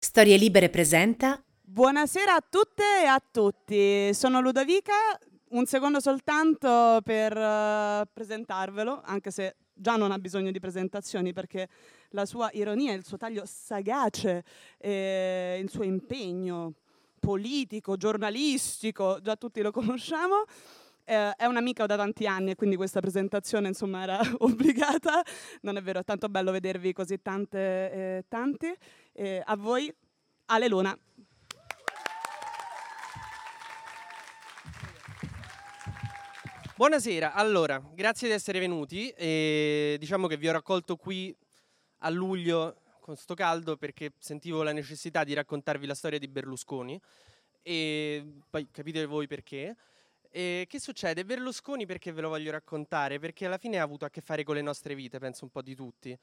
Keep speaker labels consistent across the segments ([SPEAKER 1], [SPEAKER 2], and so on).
[SPEAKER 1] Storie Libere presenta.
[SPEAKER 2] Buonasera a tutte e a tutti, sono Ludovica, un secondo soltanto per presentarvelo, anche se già non ha bisogno di presentazioni perché la sua ironia, il suo taglio sagace, il suo impegno politico, giornalistico, già tutti lo conosciamo. È un'amica da tanti anni e quindi questa presentazione insomma era obbligata. Non è vero, è tanto bello vedervi così tante e tanti. A voi, Ale Luna.
[SPEAKER 3] Buonasera, allora, grazie di essere venuti e diciamo che vi ho raccolto qui a luglio con sto caldo perché sentivo la necessità di raccontarvi la storia di Berlusconi e poi capite voi perché. E che succede? Berlusconi perché ve lo voglio raccontare? Perché alla fine ha avuto a che fare con le nostre vite, penso un po' di tutti.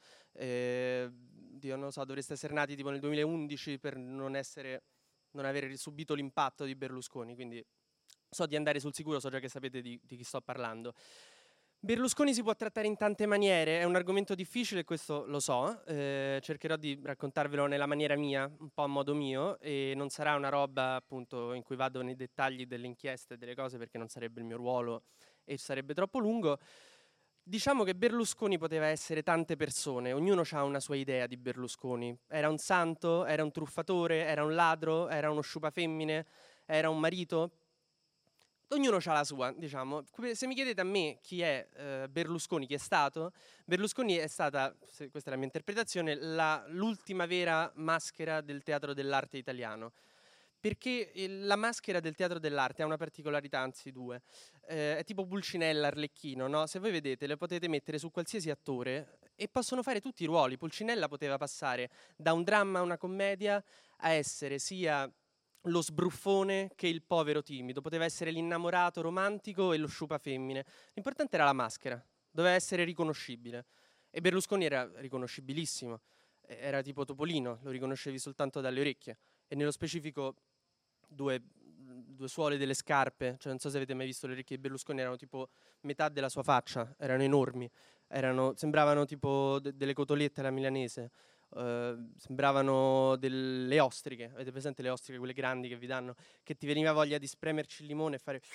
[SPEAKER 3] Dio, non lo so, dovreste essere nati tipo nel 2011 per non aver subito l'impatto di Berlusconi, quindi so di andare sul sicuro, so già che sapete di chi sto parlando. Berlusconi si può trattare in tante maniere, è un argomento difficile, questo lo so, cercherò di raccontarvelo nella maniera mia, un po' a modo mio, e non sarà una roba appunto in cui vado nei dettagli delle inchieste e delle cose perché non sarebbe il mio ruolo e sarebbe troppo lungo. Diciamo che Berlusconi poteva essere tante persone, ognuno ha una sua idea di Berlusconi. Era un santo, era un truffatore, era un ladro, era uno sciupafemmine, era un marito. Ognuno ha la sua, diciamo. Se mi chiedete a me chi è Berlusconi, chi è stato, Berlusconi è stata, questa è la mia interpretazione, l'ultima vera maschera del teatro dell'arte italiano. Perché la maschera del teatro dell'arte ha una particolarità, anzi due. È tipo Pulcinella, Arlecchino, no? Se voi vedete, le potete mettere su qualsiasi attore e possono fare tutti i ruoli. Pulcinella poteva passare da un dramma a una commedia a essere sia lo sbruffone che il povero timido, poteva essere l'innamorato romantico e lo sciupafemmine. L'importante era la maschera, doveva essere riconoscibile. E Berlusconi era riconoscibilissimo, era tipo Topolino, lo riconoscevi soltanto dalle orecchie. E nello specifico due suole delle scarpe, cioè non so se avete mai visto le orecchie di Berlusconi, erano tipo metà della sua faccia, erano enormi, sembravano tipo delle cotolette alla milanese. Sembravano delle ostriche, avete presente le ostriche, quelle grandi che vi danno, che ti veniva voglia di spremerci il limone e fare...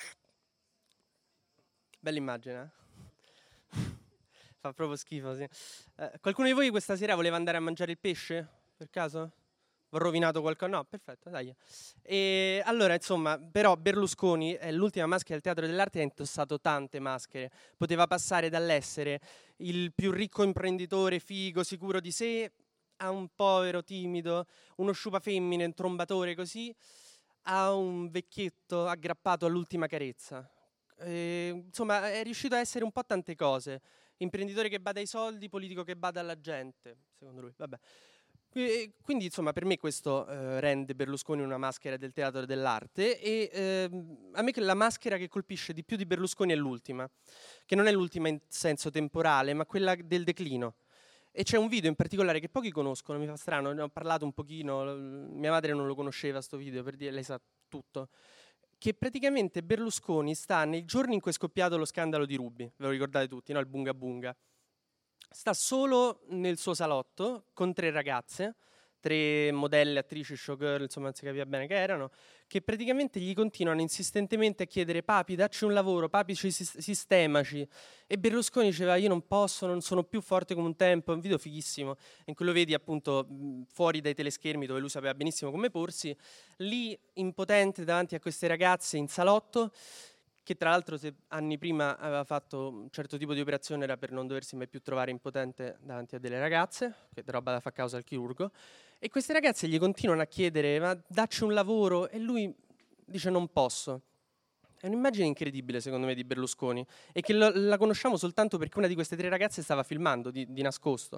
[SPEAKER 3] Bella immagine, eh? Fa proprio schifo, sì. Qualcuno di voi questa sera voleva andare a mangiare il pesce, per caso? Ho rovinato qualcosa? No, perfetto, dai. E allora, insomma, però Berlusconi è l'ultima maschera del teatro dell'arte e ha indossato tante maschere. Poteva passare dall'essere il più ricco imprenditore figo, sicuro di sé, a un povero timido, uno sciupafemmine, un trombatore così, a un vecchietto aggrappato all'ultima carezza. Insomma, è riuscito a essere un po' tante cose. Imprenditore che bada ai soldi, politico che bada alla gente, secondo lui. Vabbè. Quindi, insomma, per me questo rende Berlusconi una maschera del teatro e dell'arte e a me la maschera che colpisce di più di Berlusconi è l'ultima, che non è l'ultima in senso temporale, ma quella del declino. E c'è un video in particolare che pochi conoscono, mi fa strano, ne ho parlato un pochino, mia madre non lo conosceva sto video, per dire, lei sa tutto, che praticamente Berlusconi sta nei giorni in cui è scoppiato lo scandalo di Ruby, ve lo ricordate tutti, no? Il Bunga Bunga. Sta solo nel suo salotto con 3 ragazze, 3 modelle, attrici, showgirl, insomma non si capiva bene che erano, che praticamente gli continuano insistentemente a chiedere papi dacci un lavoro, papi sistemaci. E Berlusconi diceva io non posso, non sono più forte come un tempo, è un video fighissimo in cui lo vedi appunto fuori dai teleschermi dove lui sapeva benissimo come porsi, lì impotente davanti a queste ragazze in salotto, che tra l'altro se anni prima aveva fatto un certo tipo di operazione era per non doversi mai più trovare impotente davanti a delle ragazze, che è roba da fa causa al chirurgo, e queste ragazze gli continuano a chiedere ma dacci un lavoro e lui dice non posso. È un'immagine incredibile secondo me di Berlusconi e che la conosciamo soltanto perché una di queste 3 ragazze stava filmando di nascosto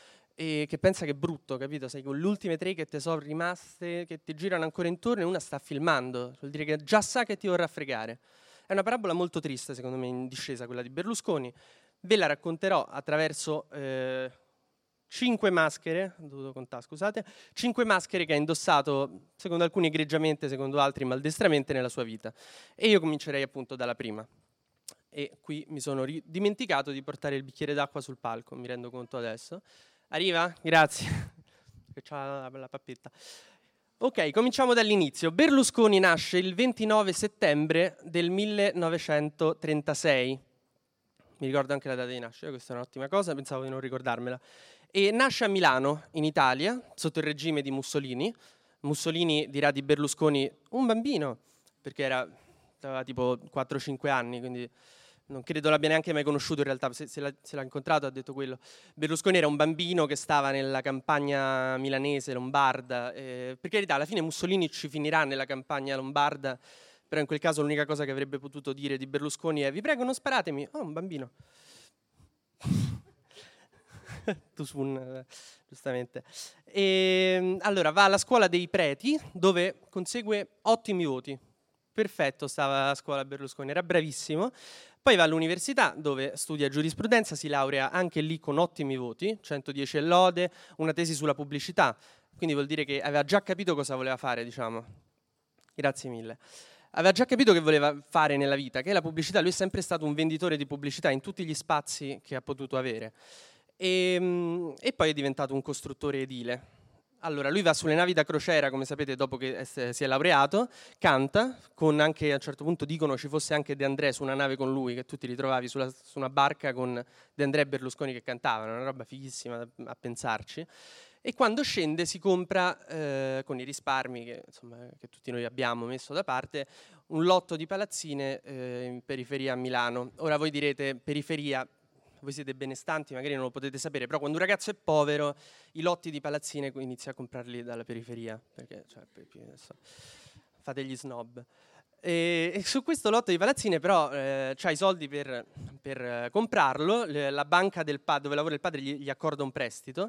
[SPEAKER 3] e che pensa che è brutto, capito? Sai, con le ultime 3 che te sono rimaste, che ti girano ancora intorno e una sta filmando, vuol dire che già sa che ti vorrà fregare. È una parabola molto triste, secondo me, in discesa quella di Berlusconi. Ve la racconterò attraverso 5 maschere, ho dovuto contare, scusate, 5 maschere che ha indossato, secondo alcuni egregiamente, secondo altri maldestramente, nella sua vita. E io comincerei appunto dalla prima. E qui mi sono dimenticato di portare il bicchiere d'acqua sul palco, mi rendo conto adesso. Arriva? Grazie. che c'ha la pappetta. Ok, cominciamo dall'inizio. Berlusconi nasce il 29 settembre del 1936. Mi ricordo anche la data di nascita, questa è un'ottima cosa, pensavo di non ricordarmela. E nasce a Milano, in Italia, sotto il regime di Mussolini. Mussolini dirà di Berlusconi un bambino, perché aveva tipo 4-5 anni, quindi non credo l'abbia neanche mai conosciuto in realtà, se l'ha incontrato ha detto quello. Berlusconi era un bambino che stava nella campagna milanese, lombarda, per carità alla fine Mussolini ci finirà nella campagna lombarda, però in quel caso l'unica cosa che avrebbe potuto dire di Berlusconi è: vi prego non sparatemi, un bambino. Tu giustamente. Allora va alla scuola dei preti dove consegue ottimi voti. Perfetto, stava a scuola Berlusconi, era bravissimo. Poi va all'università dove studia giurisprudenza, si laurea anche lì con ottimi voti, 110 e lode, una tesi sulla pubblicità, quindi vuol dire che aveva già capito cosa voleva fare, diciamo. Grazie mille. Aveva già capito che voleva fare nella vita, che è la pubblicità. Lui è sempre stato un venditore di pubblicità in tutti gli spazi che ha potuto avere. E poi è diventato un costruttore edile. Allora, lui va sulle navi da crociera, come sapete, dopo che si è laureato, canta, con anche, a un certo punto dicono ci fosse anche De André su una nave con lui, che tu ti ritrovavi su una barca con De André e Berlusconi che cantavano, una roba fighissima a pensarci. E quando scende si compra, con i risparmi che tutti noi abbiamo messo da parte, un lotto di palazzine in periferia a Milano. Ora voi direte, periferia... Voi siete benestanti, magari non lo potete sapere, però quando un ragazzo è povero, i lotti di palazzine inizia a comprarli dalla periferia, perché fate gli snob. E su questo lotto di palazzine però c'ha i soldi per comprarlo, la banca dove lavora il padre gli accorda un prestito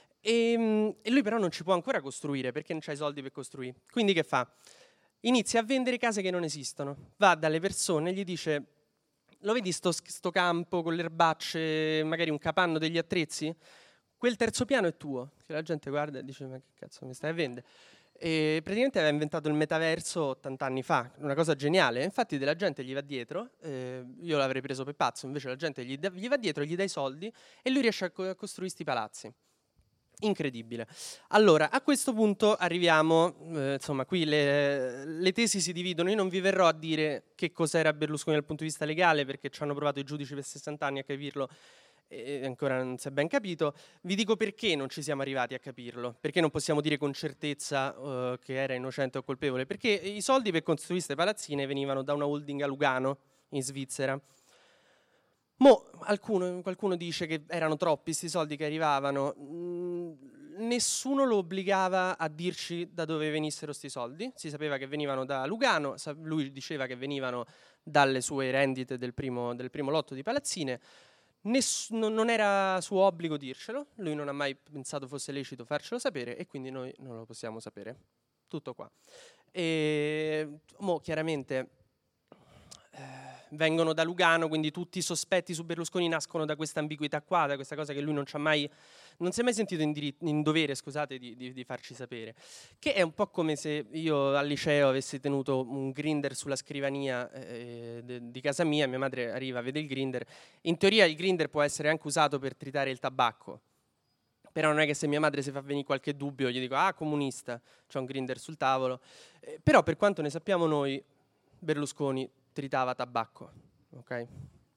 [SPEAKER 3] e lui però non ci può ancora costruire perché non c'ha i soldi per costruire. Quindi che fa? Inizia a vendere case che non esistono, va dalle persone e gli dice: lo vedi sto campo con le erbacce, magari un capanno degli attrezzi? Quel terzo piano è tuo. Che la gente guarda e dice: ma che cazzo mi stai a vendere? E praticamente aveva inventato il metaverso 80 anni fa, una cosa geniale. Infatti della gente gli va dietro, io l'avrei preso per pazzo, invece la gente gli va dietro, gli dà i soldi e lui riesce a costruire sti palazzi. Incredibile. Allora, a questo punto arriviamo, qui le tesi si dividono. Io non vi verrò a dire che cos'era Berlusconi dal punto di vista legale, perché ci hanno provato i giudici per 60 anni a capirlo e ancora non si è ben capito. Vi dico perché non ci siamo arrivati a capirlo, perché non possiamo dire con certezza che era innocente o colpevole, perché i soldi per costruire queste palazzine venivano da una holding a Lugano, in Svizzera. Qualcuno dice che erano troppi questi soldi che arrivavano. Nessuno lo obbligava a dirci da dove venissero questi soldi. Si sapeva che venivano da Lugano, lui diceva che venivano dalle sue rendite del primo lotto di palazzine. Non era suo obbligo dircelo, lui non ha mai pensato fosse lecito farcelo sapere e quindi noi non lo possiamo sapere. Tutto qua. Chiaramente... vengono da Lugano, quindi tutti i sospetti su Berlusconi nascono da questa ambiguità qua, da questa cosa che lui non si è mai sentito in dovere, di farci sapere. Che è un po' come se io al liceo avessi tenuto un grinder sulla scrivania di casa mia, mia madre arriva, vede il grinder. In teoria il grinder può essere anche usato per tritare il tabacco, però non è che se mia madre si fa venire qualche dubbio gli dico: ah, comunista, c'è un grinder sul tavolo. Però per quanto ne sappiamo noi, Berlusconi tritava tabacco, ok?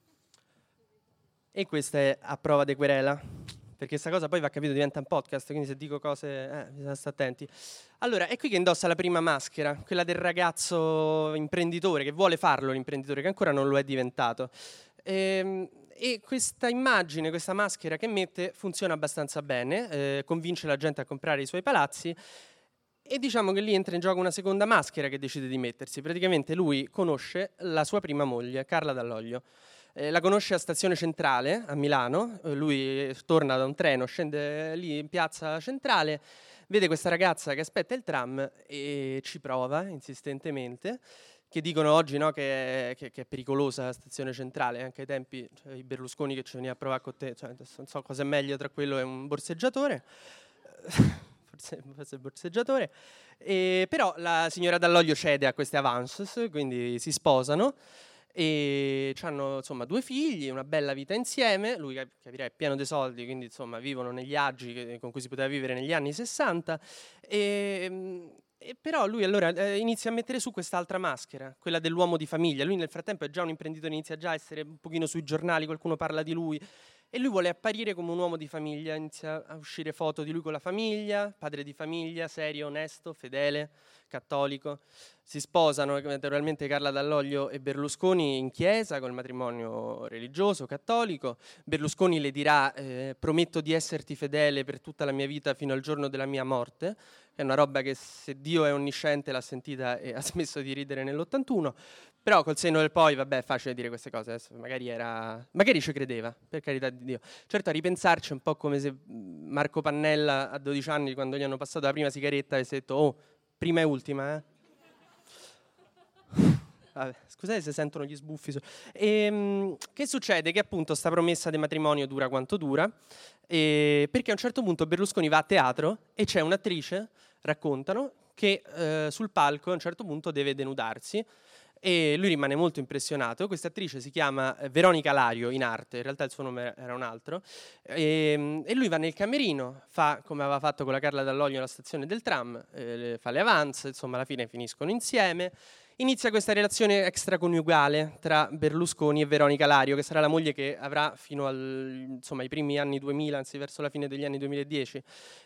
[SPEAKER 3] E questa è a prova di querela, perché questa cosa poi va capito, diventa un podcast, quindi se dico cose bisogna stare attenti. Allora, è qui che indossa la prima maschera, quella del ragazzo imprenditore, che vuole farlo l'imprenditore, che ancora non lo è diventato. E questa immagine, questa maschera che mette funziona abbastanza bene, convince la gente a comprare i suoi palazzi. E diciamo che lì entra in gioco una seconda maschera che decide di mettersi. Praticamente lui conosce la sua prima moglie, Carla Dall'Oglio. La conosce a Stazione Centrale, a Milano. Lui torna da un treno, scende lì in piazza centrale, vede questa ragazza che aspetta il tram e ci prova insistentemente. Che dicono oggi, no, che è pericolosa la Stazione Centrale, anche ai tempi i Berlusconi che ci veniva a provare con te. Non so cosa è meglio tra quello e un borseggiatore. Forse il borseggiatore, però la signora Dall'Oglio cede a queste avances, quindi si sposano e hanno insomma 2 figli, una bella vita insieme. Lui, capirei, è pieno di soldi, quindi insomma vivono negli agi con cui si poteva vivere negli anni 60. E però lui allora inizia a mettere su quest'altra maschera, quella dell'uomo di famiglia. Lui nel frattempo è già un imprenditore, inizia già a essere un pochino sui giornali, qualcuno parla di lui. E lui vuole apparire come un uomo di famiglia, inizia a uscire foto di lui con la famiglia, padre di famiglia, serio, onesto, fedele, cattolico. Si sposano naturalmente Carla Dall'Oglio e Berlusconi in chiesa col matrimonio religioso, cattolico. Berlusconi le dirà prometto di esserti fedele per tutta la mia vita fino al giorno della mia morte. È una roba che se Dio è onnisciente l'ha sentita e ha smesso di ridere nell'81. Però col senno del poi, vabbè, è facile dire queste cose, adesso magari ci credeva, per carità di Dio. Certo, a ripensarci è un po' come se Marco Pannella a 12 anni, quando gli hanno passato la prima sigaretta, avesse detto, oh, prima e ultima, eh? Vabbè, scusate se sentono gli sbuffi. Che succede? Che appunto sta promessa di matrimonio dura quanto dura, perché a un certo punto Berlusconi va a teatro e c'è un'attrice, raccontano, che sul palco a un certo punto deve denudarsi. E lui rimane molto impressionato. Questa attrice si chiama Veronica Lario in arte, in realtà il suo nome era un altro, e lui va nel camerino, fa come aveva fatto con la Carla Dall'Oglio alla stazione del tram, fa le avance, insomma alla fine finiscono insieme. Inizia questa relazione extraconiugale tra Berlusconi e Veronica Lario, che sarà la moglie che avrà fino ai primi anni 2000, anzi verso la fine degli anni 2010.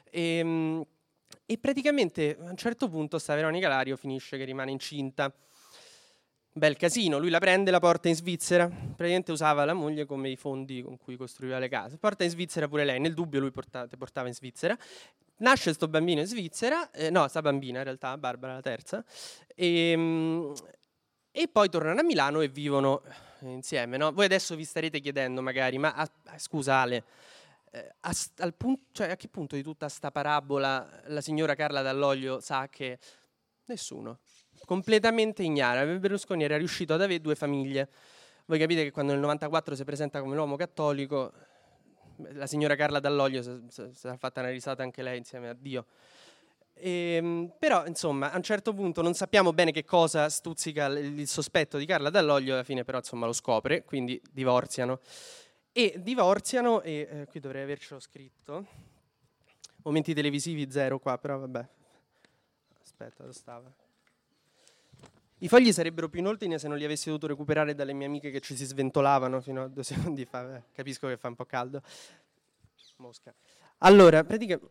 [SPEAKER 3] E praticamente a un certo punto sta Veronica Lario finisce che rimane incinta. Bel casino, lui la prende e la porta in Svizzera, praticamente usava la moglie come i fondi con cui costruiva le case, porta in Svizzera pure lei, nel dubbio lui portava in Svizzera, nasce sto bambino in Svizzera, no, sta bambina in realtà, Barbara la terza, e poi tornano a Milano e vivono insieme, no? Voi adesso vi starete chiedendo magari, ma scusa Ale, a che punto di tutta sta parabola la signora Carla Dall'Oglio sa che nessuno? Completamente ignara. Berlusconi era riuscito ad avere 2 famiglie. Voi capite che quando nel 94 si presenta come l'uomo cattolico, la signora Carla Dall'Oglio si è fatta una risata anche lei insieme a Dio. Però insomma a un certo punto non sappiamo bene che cosa stuzzica il sospetto di Carla Dall'Oglio, alla fine però insomma lo scopre, quindi divorziano. E qui dovrei avercelo scritto, momenti televisivi 0 qua, però vabbè, aspetta, dove stava? I fogli sarebbero più in ordine se non li avessi dovuto recuperare dalle mie amiche che ci si sventolavano fino a 2 secondi fa. Capisco che fa un po' caldo. Mosca. Allora,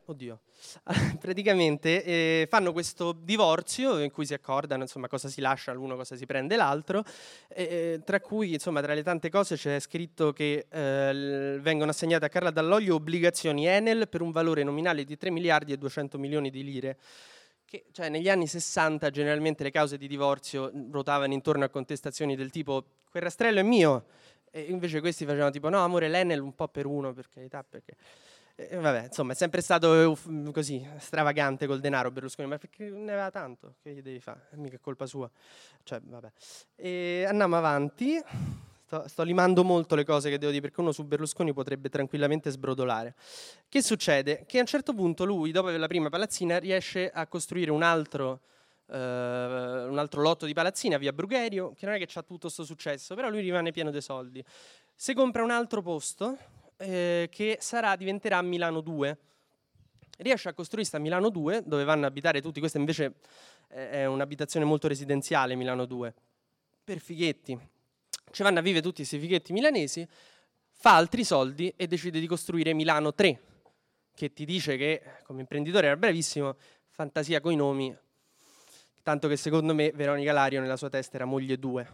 [SPEAKER 3] praticamente fanno questo divorzio in cui si accordano, insomma, cosa si lascia l'uno, cosa si prende l'altro, tra cui, insomma, tra le tante cose c'è scritto che vengono assegnate a Carla Dall'Oglio obbligazioni Enel per un valore nominale di 3 miliardi e 200 milioni di lire. Che, cioè, negli anni 60 generalmente le cause di divorzio ruotavano intorno a contestazioni del tipo quel rastrello è mio, e invece questi facevano tipo no amore l'Enel un po' per uno, per carità, perché vabbè, insomma è sempre stato così stravagante col denaro Berlusconi, ma perché ne aveva tanto, che gli devi fare? Mica è colpa sua, cioè vabbè. E andiamo avanti. Sto limando molto le cose che devo dire, perché uno su Berlusconi potrebbe tranquillamente sbrodolare. Che succede? Che a un certo punto lui, dopo la prima palazzina, riesce a costruire un altro lotto di palazzine a via Brugherio, che non è che c'ha tutto sto successo, però lui rimane pieno dei soldi. Si compra un altro posto che diventerà Milano 2. Riesce a costruire sta Milano 2, dove vanno a abitare tutti. Questa invece è un'abitazione molto residenziale, Milano 2, per fighetti. Ci vanno a vivere tutti questi fighetti milanesi, fa altri soldi e decide di costruire Milano 3, che ti dice che come imprenditore era bravissimo, fantasia coi nomi, tanto che secondo me Veronica Lario nella sua testa era moglie 2.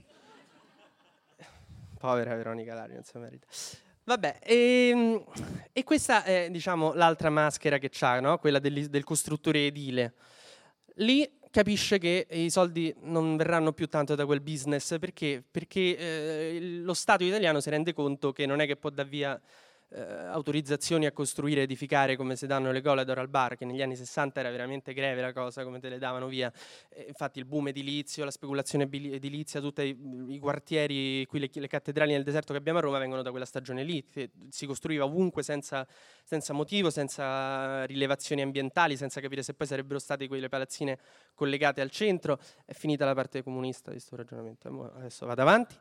[SPEAKER 3] Povera Veronica Lario, non si merita. Vabbè, e questa è, diciamo, l'altra maschera che c'ha, no? Quella del costruttore edile. Lì capisce che i soldi non verranno più tanto da quel business, perché lo Stato italiano si rende conto che non è che può dar via autorizzazioni a costruire e edificare come si danno le Golador al bar, che negli anni 60 era veramente greve la cosa, come te le davano via. Infatti il boom edilizio, la speculazione edilizia, tutti i quartieri, qui le cattedrali nel deserto che abbiamo a Roma vengono da quella stagione lì, che si costruiva ovunque senza motivo, senza rilevazioni ambientali, senza capire se poi sarebbero state quelle palazzine collegate al centro. È finita la parte comunista di questo ragionamento, adesso vado avanti.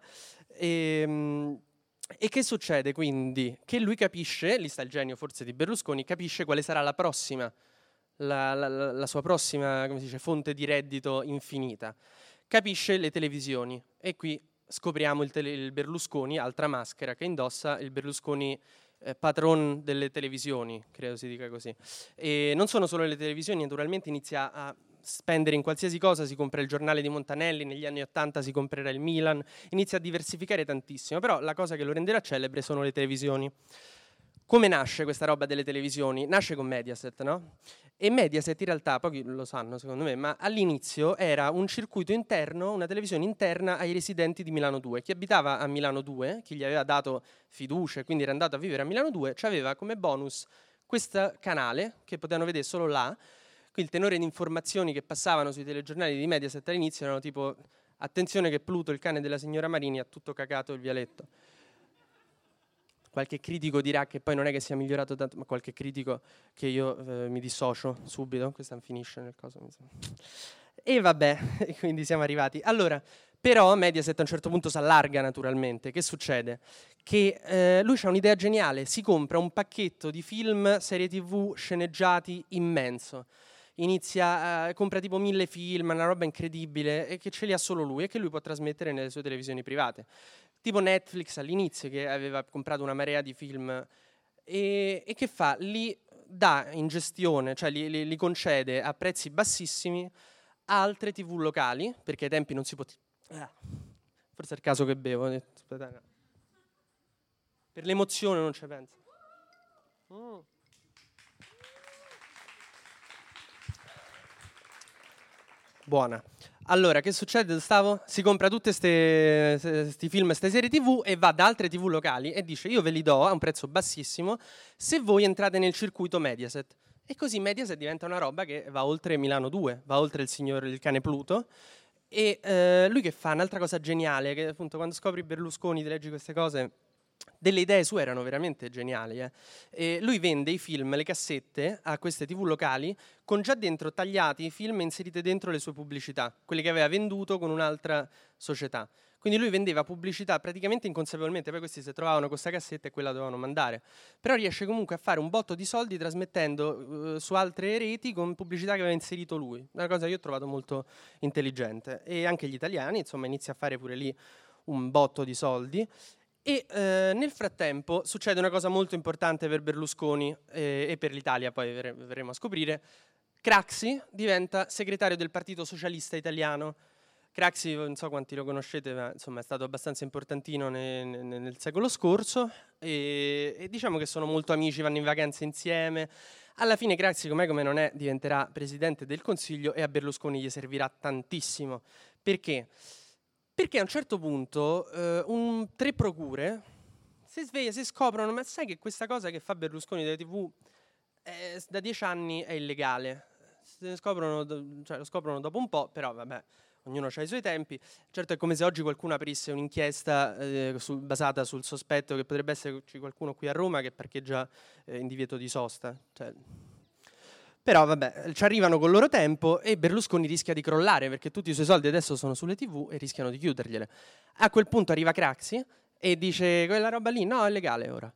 [SPEAKER 3] E che succede quindi? Che lui capisce, lì sta il genio forse di Berlusconi, capisce quale sarà la prossima, la sua prossima, come si dice, fonte di reddito infinita. Capisce le televisioni e qui scopriamo il Berlusconi, altra maschera che indossa, il Berlusconi patron delle televisioni, credo si dica così. E non sono solo le televisioni, naturalmente inizia a spendere in qualsiasi cosa, si compra il giornale di Montanelli, negli anni 80 si comprerà il Milan, inizia a diversificare tantissimo, però la cosa che lo renderà celebre sono le televisioni. Come nasce questa roba delle televisioni? Nasce con Mediaset, no? E Mediaset in realtà, pochi lo sanno secondo me, ma all'inizio era un circuito interno, una televisione interna ai residenti di Milano 2. Chi abitava a Milano 2, chi gli aveva dato fiducia e quindi era andato a vivere a Milano 2, aveva come bonus questo canale che potevano vedere solo là. Qui il tenore di informazioni che passavano sui telegiornali di Mediaset all'inizio erano tipo: attenzione che Pluto, il cane della signora Marini, ha tutto cacato il vialetto. Qualche critico dirà che poi non è che sia migliorato tanto, ma qualche critico che io mi dissocio subito, questa finisce nel caso. E vabbè, quindi siamo arrivati. Allora, però Mediaset a un certo punto si allarga naturalmente. Che succede? Che lui ha un'idea geniale, si compra un pacchetto di film, serie TV, sceneggiati immenso. Compra tipo 1000 film, una roba incredibile, e che ce li ha solo lui e che lui può trasmettere nelle sue televisioni private. Tipo Netflix all'inizio, che aveva comprato una marea di film, e che fa? Li dà in gestione, cioè li concede a prezzi bassissimi a altre TV locali, perché ai tempi non si poteva. Forse è il caso che bevo. Aspetta, no. Per l'emozione non ci penso. Buona. Allora, che succede? Si compra tutti questi film, queste serie TV e va da altre TV locali e dice: io ve li do a un prezzo bassissimo se voi entrate nel circuito Mediaset. E così Mediaset diventa una roba che va oltre Milano 2, va oltre il cane Pluto. E lui che fa un'altra cosa geniale, che appunto quando scopri Berlusconi, ti leggi queste cose, delle idee sue erano veramente geniali. E lui vende i film, le cassette a queste TV locali con già dentro tagliati i film e inserite dentro le sue pubblicità, quelle che aveva venduto con un'altra società. Quindi lui vendeva pubblicità praticamente inconsapevolmente, poi questi si trovavano con questa cassetta e quella dovevano mandare. Però riesce comunque a fare un botto di soldi trasmettendo su altre reti con pubblicità che aveva inserito lui. Una cosa che io ho trovato molto intelligente. E anche gli italiani, insomma, inizia a fare pure lì un botto di soldi. E nel frattempo succede una cosa molto importante per Berlusconi e per l'Italia, poi verremo a scoprire. Craxi diventa segretario del Partito Socialista Italiano. Craxi, non so quanti lo conoscete, ma insomma è stato abbastanza importantino nel secolo scorso e diciamo che sono molto amici, vanno in vacanze insieme. Alla fine Craxi, com'è come non è, diventerà presidente del Consiglio e a Berlusconi gli servirà tantissimo. Perché? Perché a un certo punto tre procure si sveglia, si scoprono, ma sai che questa cosa che fa Berlusconi delle TV da 10 anni è illegale. Lo scoprono dopo un po', però vabbè, ognuno ha i suoi tempi. Certo è come se oggi qualcuno aprisse un'inchiesta basata sul sospetto che potrebbe esserci qualcuno qui a Roma che parcheggia in divieto di sosta. Però vabbè, ci arrivano col loro tempo e Berlusconi rischia di crollare perché tutti i suoi soldi adesso sono sulle TV e rischiano di chiudergliele. A quel punto arriva Craxi e dice: quella roba lì no, è legale ora.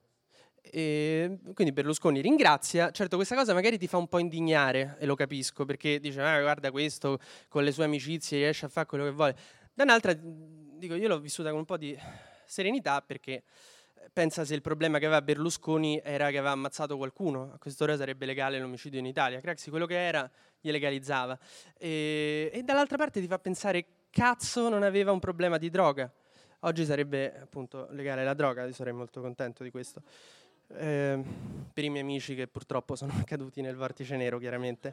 [SPEAKER 3] E quindi Berlusconi ringrazia. Certo, questa cosa magari ti fa un po' indignare, e lo capisco, perché dice: guarda, questo con le sue amicizie riesce a fare quello che vuole. Da un'altra, dico, io l'ho vissuta con un po' di serenità, perché pensa se il problema che aveva Berlusconi era che aveva ammazzato qualcuno, a quest'ora sarebbe legale l'omicidio in Italia. Craxi quello che era gli legalizzava. E dall'altra parte ti fa pensare: cazzo, non aveva un problema di droga. Oggi sarebbe appunto legale la droga, io sarei molto contento di questo. Per i miei amici che purtroppo sono caduti nel vortice nero, chiaramente.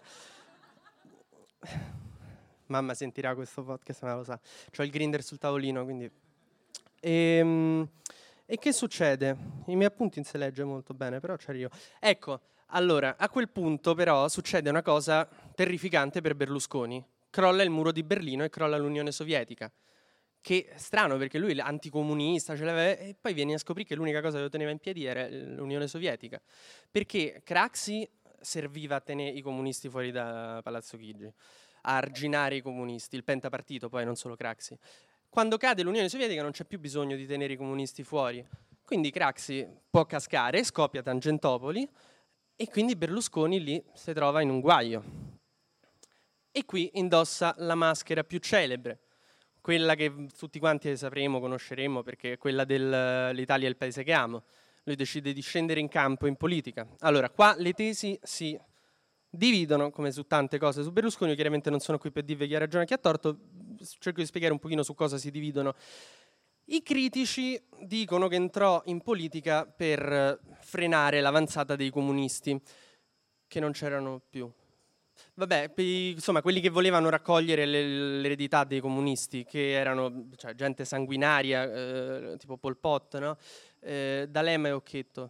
[SPEAKER 3] Mamma sentirà questo podcast, ma lo sa. C'ho il grinder sul tavolino, quindi. E che succede? I miei appunti non si legge molto bene, però ci arrivo. Ecco, allora, a quel punto però succede una cosa terrificante per Berlusconi. Crolla il muro di Berlino e crolla l'Unione Sovietica. Che è strano, perché lui è anticomunista, e poi viene a scoprire che l'unica cosa che lo teneva in piedi era l'Unione Sovietica. Perché Craxi serviva a tenere i comunisti fuori da Palazzo Chigi, a arginare i comunisti, il pentapartito poi, non solo Craxi. Quando cade l'Unione Sovietica non c'è più bisogno di tenere i comunisti fuori. Quindi Craxi può cascare, scoppia Tangentopoli e quindi Berlusconi lì si trova in un guaio. E qui indossa la maschera più celebre, quella che tutti quanti sapremo, conosceremo, perché è quella dell'Italia è il paese che amo. Lui decide di scendere in campo in politica. Allora, qua le tesi si dividono, come su tante cose su Berlusconi. Io chiaramente non sono qui per dirvi chi ha ragione e chi ha torto, cerco di spiegare un pochino su cosa si dividono. I critici dicono che entrò in politica per frenare l'avanzata dei comunisti, che non c'erano più. Vabbè, insomma, quelli che volevano raccogliere l'eredità dei comunisti, che erano gente sanguinaria, tipo Pol Pot, no? D'Alema e Occhetto.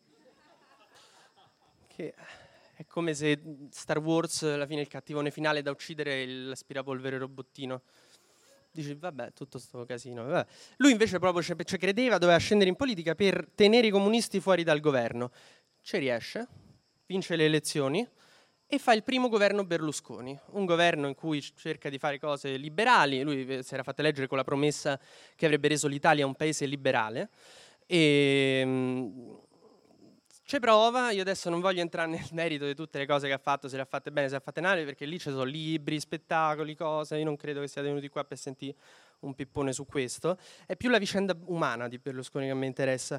[SPEAKER 3] Che è come se Star Wars, alla fine il cattivone finale da uccidere l'aspirapolvere robottino. Dici, vabbè, tutto sto casino. Vabbè. Lui invece proprio ci credeva, doveva scendere in politica per tenere i comunisti fuori dal governo. Ci riesce, vince le elezioni e fa il primo governo Berlusconi, un governo in cui cerca di fare cose liberali. Lui si era fatto eleggere con la promessa che avrebbe reso l'Italia un paese liberale e ci prova. Io adesso non voglio entrare nel merito di tutte le cose che ha fatto, se le ha fatte bene, se le ha fatte male, perché lì ci sono libri, spettacoli, cose. Io non credo che siate venuti qua per sentire un pippone su questo. È più la vicenda umana di Berlusconi che mi interessa.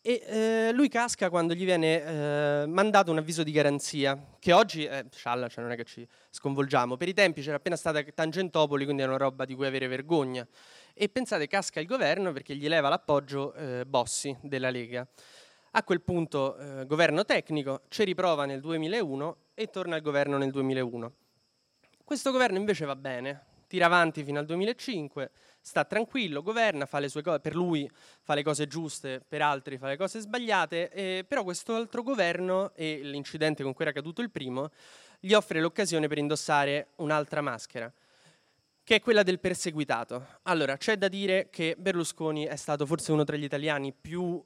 [SPEAKER 3] E lui casca quando gli viene mandato un avviso di garanzia, che oggi è scialla, cioè non è che ci sconvolgiamo. Per i tempi c'era appena stata Tangentopoli, quindi è una roba di cui avere vergogna. E pensate, casca il governo perché gli leva l'appoggio Bossi della Lega. A quel punto governo tecnico, ci riprova nel 2001 e torna al governo nel 2001. Questo governo invece va bene, tira avanti fino al 2005, sta tranquillo, governa, fa le sue cose, per lui fa le cose giuste, per altri fa le cose sbagliate, però questo altro governo, e l'incidente con cui era caduto il primo, gli offre l'occasione per indossare un'altra maschera, che è quella del perseguitato. Allora, c'è da dire che Berlusconi è stato forse uno tra gli italiani più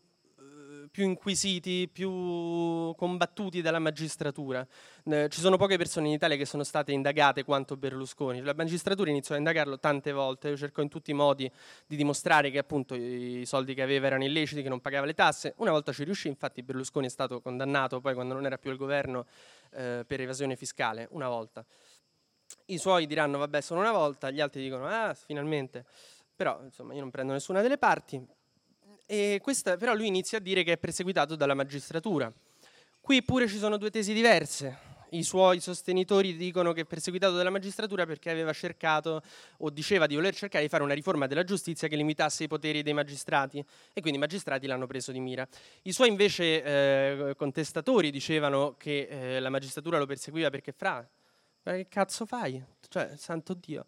[SPEAKER 3] inquisiti, più combattuti dalla magistratura. Ci sono poche persone in Italia che sono state indagate quanto Berlusconi. La magistratura iniziò a indagarlo tante volte, io cercò in tutti i modi di dimostrare che appunto i soldi che aveva erano illeciti, che non pagava le tasse. Una volta ci riuscì, infatti Berlusconi è stato condannato poi quando non era più al governo per evasione fiscale, una volta. I suoi diranno vabbè solo una volta, gli altri dicono finalmente, però insomma io non prendo nessuna delle parti. E però lui inizia a dire che è perseguitato dalla magistratura. Qui pure ci sono due tesi diverse. I suoi sostenitori dicono che è perseguitato dalla magistratura perché aveva cercato o diceva di voler cercare di fare una riforma della giustizia che limitasse i poteri dei magistrati e quindi i magistrati l'hanno preso di mira. I suoi invece contestatori dicevano che la magistratura lo perseguiva perché ma che cazzo fai? Cioè, santo Dio.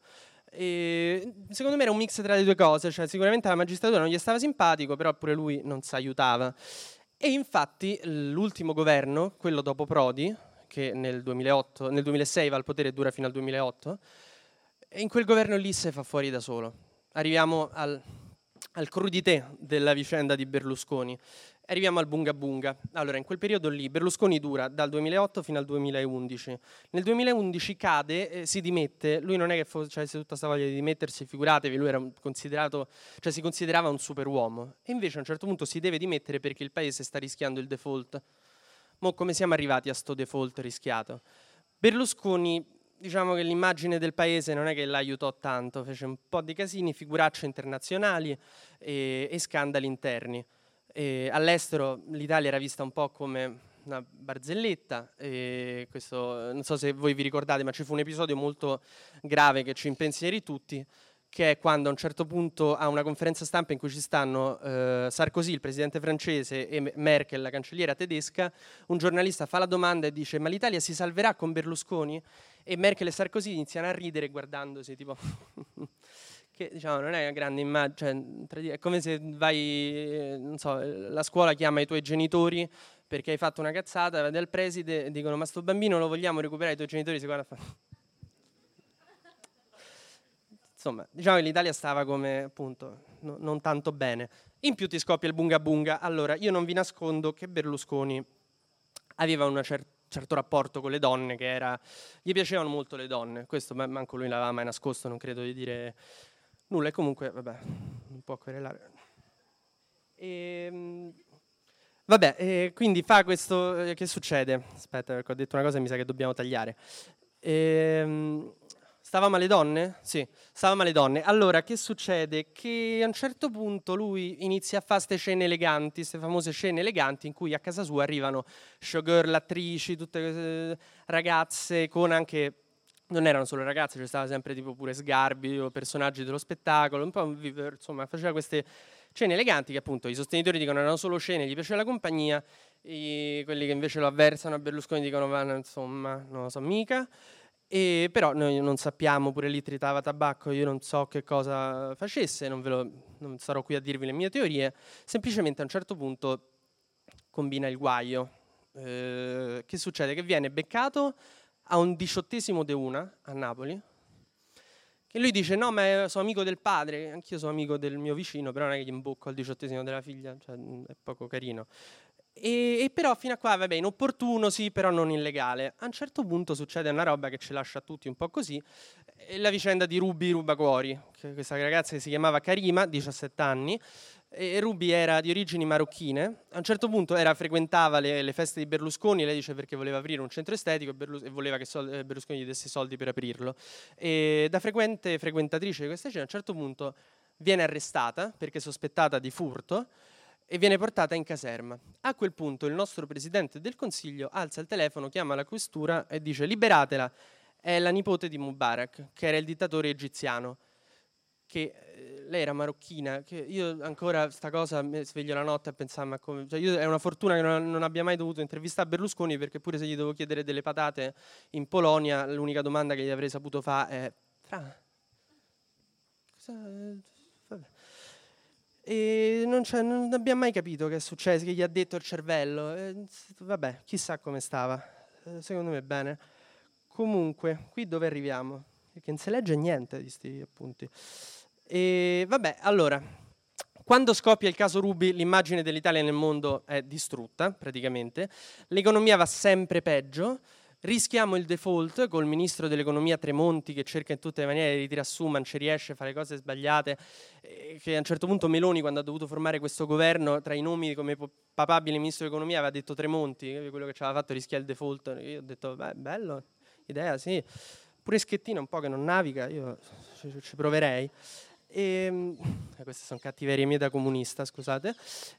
[SPEAKER 3] E secondo me era un mix tra le due cose, cioè sicuramente la magistratura non gli stava simpatico, però pure lui non si aiutava. E infatti l'ultimo governo, quello dopo Prodi, che nel 2006 va al potere e dura fino al 2008, e in quel governo lì si fa fuori da solo. Arriviamo al crudité della vicenda di Berlusconi. Arriviamo al bunga bunga. Allora, in quel periodo lì Berlusconi dura dal 2008 fino al 2011. Nel 2011 cade, si dimette. Lui non è che avesse tutta questa voglia di dimettersi, figuratevi, lui era si considerava un superuomo. E invece a un certo punto si deve dimettere perché il paese sta rischiando il default. Mo' come siamo arrivati a sto default rischiato? Berlusconi, diciamo che l'immagine del paese non è che l'aiutò tanto, fece un po' di casini, figuracce internazionali e scandali interni. All'estero l'Italia era vista un po' come una barzelletta, e questo, non so se voi vi ricordate, ma ci fu un episodio molto grave che ci impensierì tutti, che è quando a un certo punto a una conferenza stampa in cui ci stanno Sarkozy, il presidente francese, e Merkel, la cancelliera tedesca, un giornalista fa la domanda e dice: ma l'Italia si salverà con Berlusconi? E Merkel e Sarkozy iniziano a ridere guardandosi tipo che diciamo non è una grande immagine, cioè, è come se vai, non so, la scuola chiama i tuoi genitori perché hai fatto una cazzata, vai dal preside e dicono ma sto bambino lo vogliamo recuperare, i tuoi genitori si guardano e fanno... Insomma, diciamo che l'Italia stava come, appunto, non tanto bene. In più ti scoppia il bunga bunga. Allora, io non vi nascondo che Berlusconi aveva un certo rapporto con le donne, che era... Gli piacevano molto le donne, questo manco lui l'aveva mai nascosto, non credo di dire nulla. E comunque, vabbè, non può querelare. Vabbè, quindi fa questo... che succede? Aspetta, perché ho detto una cosa e mi sa che dobbiamo tagliare. Stavamo alle donne? Sì, stavamo alle donne. Allora, che succede? Che a un certo punto lui inizia a fare queste scene eleganti, queste famose scene eleganti in cui a casa sua arrivano showgirl, attrici, tutte queste ragazze con anche... Non erano solo ragazze, c'è stava sempre tipo pure Sgarbi o personaggi dello spettacolo, un po', insomma, faceva queste scene eleganti che appunto i sostenitori dicono erano solo scene, gli piaceva la compagnia, quelli che invece lo avversano a Berlusconi dicono insomma, non lo so mica. Però noi non sappiamo, pure lì tritava tabacco, io non so che cosa facesse, non sarò qui a dirvi le mie teorie, semplicemente a un certo punto combina il guaio. Che succede? Che viene beccato a un 18° de una a Napoli, che lui dice no ma sono amico del padre, anch'io sono amico del mio vicino, però non è che gli imbocco al 18° della figlia, cioè, è poco carino. E però fino a qua, vabbè, inopportuno sì, però non illegale. A un certo punto succede una roba che ci lascia tutti un po' così, la vicenda di Ruby Rubacuori, questa ragazza che si chiamava Karima, 17 anni, e Ruby era di origini marocchine. A un certo punto frequentava le feste di Berlusconi, lei dice perché voleva aprire un centro estetico e voleva che Berlusconi gli desse soldi per aprirlo. E da frequentatrice di queste scene, a un certo punto viene arrestata perché sospettata di furto, e viene portata in caserma. A quel punto il nostro Presidente del Consiglio alza il telefono, chiama la questura e dice liberatela, è la nipote di Mubarak, che era il dittatore egiziano, che lei era marocchina, che io ancora sta cosa mi sveglio la notte a pensare, ma come, cioè è una fortuna che non abbia mai dovuto intervistare Berlusconi, perché pure se gli dovevo chiedere delle patate in Polonia, l'unica domanda che gli avrei saputo fare è vabbè. E non abbiamo mai capito che è successo, che gli ha detto il cervello. Vabbè, chissà come stava. Secondo me bene. Comunque, qui dove arriviamo? Perché non si legge niente di questi appunti. E vabbè, allora, quando scoppia il caso Ruby, l'immagine dell'Italia nel mondo è distrutta, praticamente. L'economia va sempre peggio. Rischiamo il default col ministro dell'economia Tremonti che cerca in tutte le maniere di ritirare su, ma non ci riesce, fa le cose sbagliate, che a un certo punto Meloni, quando ha dovuto formare questo governo, tra i nomi come papabile ministro dell'economia aveva detto Tremonti, quello che ci aveva fatto rischia il default. Io ho detto beh, bello, idea, sì. Pure Schettino un po' che non naviga, io ci proverei. Queste sono cattiverie mie da comunista, scusate.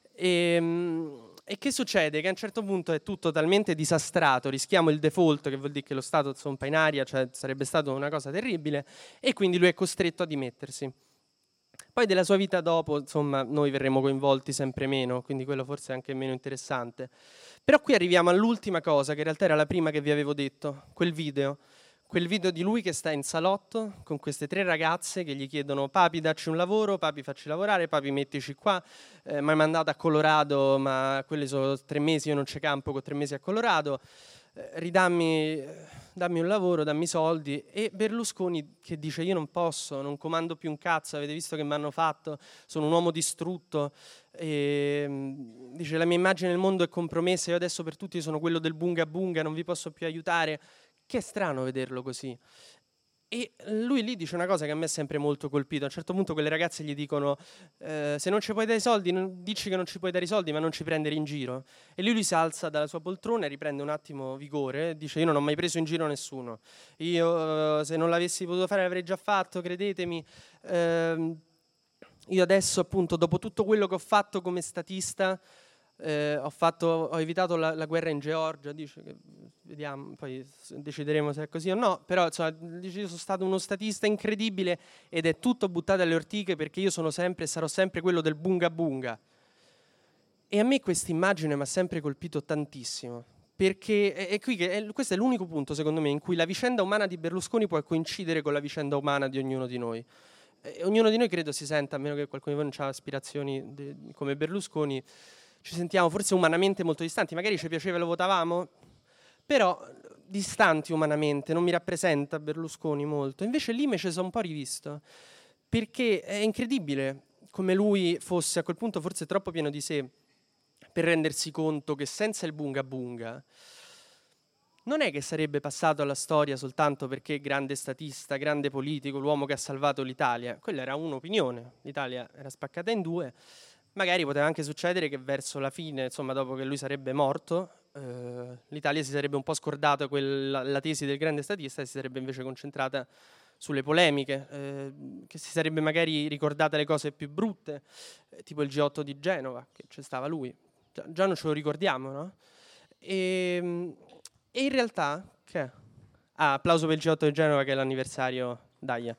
[SPEAKER 3] E che succede? Che a un certo punto è tutto talmente disastrato, rischiamo il default, che vuol dire che lo Stato zompa in aria, cioè sarebbe stata una cosa terribile, e quindi lui è costretto a dimettersi. Poi della sua vita dopo, insomma, noi verremo coinvolti sempre meno, quindi quello forse è anche meno interessante. Però qui arriviamo all'ultima cosa, che in realtà era la prima che vi avevo detto, quel video di lui che sta in salotto con queste 3 ragazze che gli chiedono papi dacci un lavoro, papi facci lavorare, papi mettici qua, mi hai mandato a Colorado ma quelli sono 3 mesi, io non c'è campo con 3 mesi a Colorado, dammi un lavoro, dammi soldi. E Berlusconi che dice io non posso, non comando più un cazzo, avete visto che mi hanno fatto, sono un uomo distrutto, e dice la mia immagine nel mondo è compromessa, io adesso per tutti sono quello del bunga bunga, non vi posso più aiutare. Che è strano vederlo così. E lui lì dice una cosa che a me è sempre molto colpito. A un certo punto quelle ragazze gli dicono se non ci puoi dare i soldi, dici che non ci puoi dare i soldi, ma non ci prendere in giro. E lui si alza dalla sua poltrona e riprende un attimo vigore e dice io non ho mai preso in giro nessuno. Io se non l'avessi potuto fare l'avrei già fatto, credetemi. Io adesso appunto dopo tutto quello che ho fatto come statista, ho evitato la guerra in Georgia, dice che vediamo, poi decideremo se è così o no, però insomma, dice, io sono stato uno statista incredibile ed è tutto buttato alle ortiche perché io sono sempre e sarò sempre quello del bunga bunga. E a me questa immagine mi ha sempre colpito tantissimo, perché è qui questo è l'unico punto secondo me in cui la vicenda umana di Berlusconi può coincidere con la vicenda umana di ognuno di noi. ognuno di noi credo si senta, a meno che qualcuno di voi non ha aspirazioni come Berlusconi, ci sentiamo forse umanamente molto distanti, magari ci piaceva e lo votavamo, però distanti umanamente, non mi rappresenta Berlusconi molto. Invece lì mi ci sono un po' rivisto, perché è incredibile come lui fosse a quel punto forse troppo pieno di sé per rendersi conto che senza il bunga bunga non è che sarebbe passato alla storia soltanto perché grande statista, grande politico, l'uomo che ha salvato l'Italia. Quella era un'opinione, l'Italia era spaccata in due. Magari poteva anche succedere che verso la fine, insomma, dopo che lui sarebbe morto, l'Italia si sarebbe un po' scordata la tesi del grande statista e si sarebbe invece concentrata sulle polemiche, che si sarebbe magari ricordata le cose più brutte, tipo il G8 di Genova, che c'è stava lui. Già non ce lo ricordiamo, no? E in realtà, che è? Applauso per il G8 di Genova, che è l'anniversario, dai.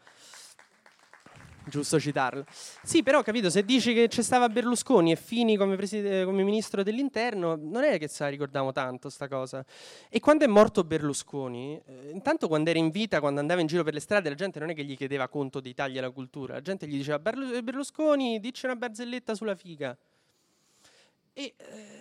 [SPEAKER 3] Giusto citarlo. Sì, però capito, se dici che c'è stava Berlusconi e Fini come ministro dell'interno, non è che se la ricordiamo tanto sta cosa. E quando è morto Berlusconi, intanto quando era in vita, quando andava in giro per le strade, la gente non è che gli chiedeva conto dei tagli alla cultura, la gente gli diceva Berlusconi, dici una barzelletta sulla figa. E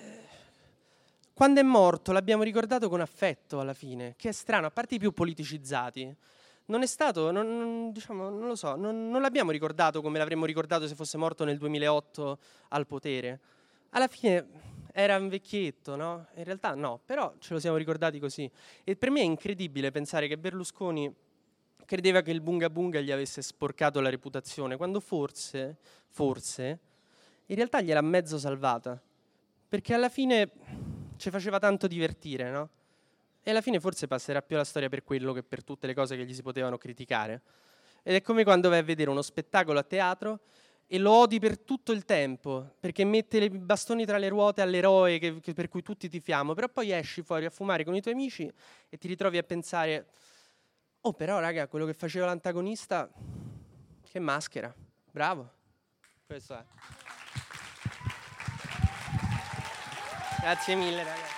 [SPEAKER 3] quando è morto l'abbiamo ricordato con affetto alla fine, che è strano, a parte i più politicizzati. Non è stato, diciamo, non lo so, non l'abbiamo ricordato come l'avremmo ricordato se fosse morto nel 2008 al potere. Alla fine era un vecchietto, no? In realtà no, però ce lo siamo ricordati così. E per me è incredibile pensare che Berlusconi credeva che il bunga bunga gli avesse sporcato la reputazione, quando forse, in realtà gliel'ha mezzo salvata. Perché alla fine ci faceva tanto divertire, no? E alla fine forse passerà più alla storia per quello che per tutte le cose che gli si potevano criticare. Ed è come quando vai a vedere uno spettacolo a teatro e lo odi per tutto il tempo, perché mette i bastoni tra le ruote all'eroe per cui tutti tifiamo, però poi esci fuori a fumare con i tuoi amici e ti ritrovi a pensare oh però raga, quello che faceva l'antagonista, che maschera, bravo. Questo è. Grazie mille ragazzi.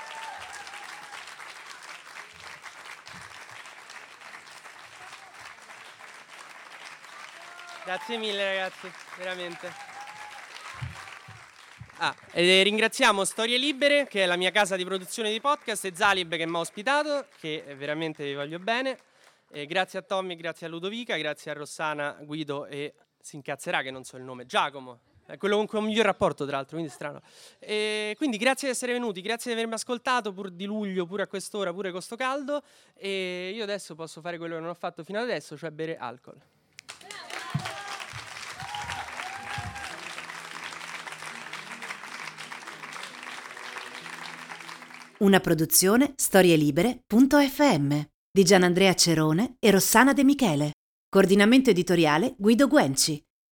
[SPEAKER 3] Grazie mille ragazzi, veramente. E ringraziamo Storie Libere, che è la mia casa di produzione di podcast, e Zalib che mi ha ospitato, che veramente vi voglio bene. E grazie a Tommy, grazie a Ludovica, grazie a Rossana, Guido e si incazzerà che non so il nome, Giacomo. È quello con cui ho un miglior rapporto tra l'altro, quindi strano. E quindi grazie di essere venuti, grazie di avermi ascoltato, pur di luglio, pure a quest'ora, pure con sto caldo. E io adesso posso fare quello che non ho fatto fino ad adesso, cioè bere alcol.
[SPEAKER 1] Una produzione storielibere.fm di Gianandrea Cerone e Rossana De Michele. Coordinamento editoriale Guido Guenci.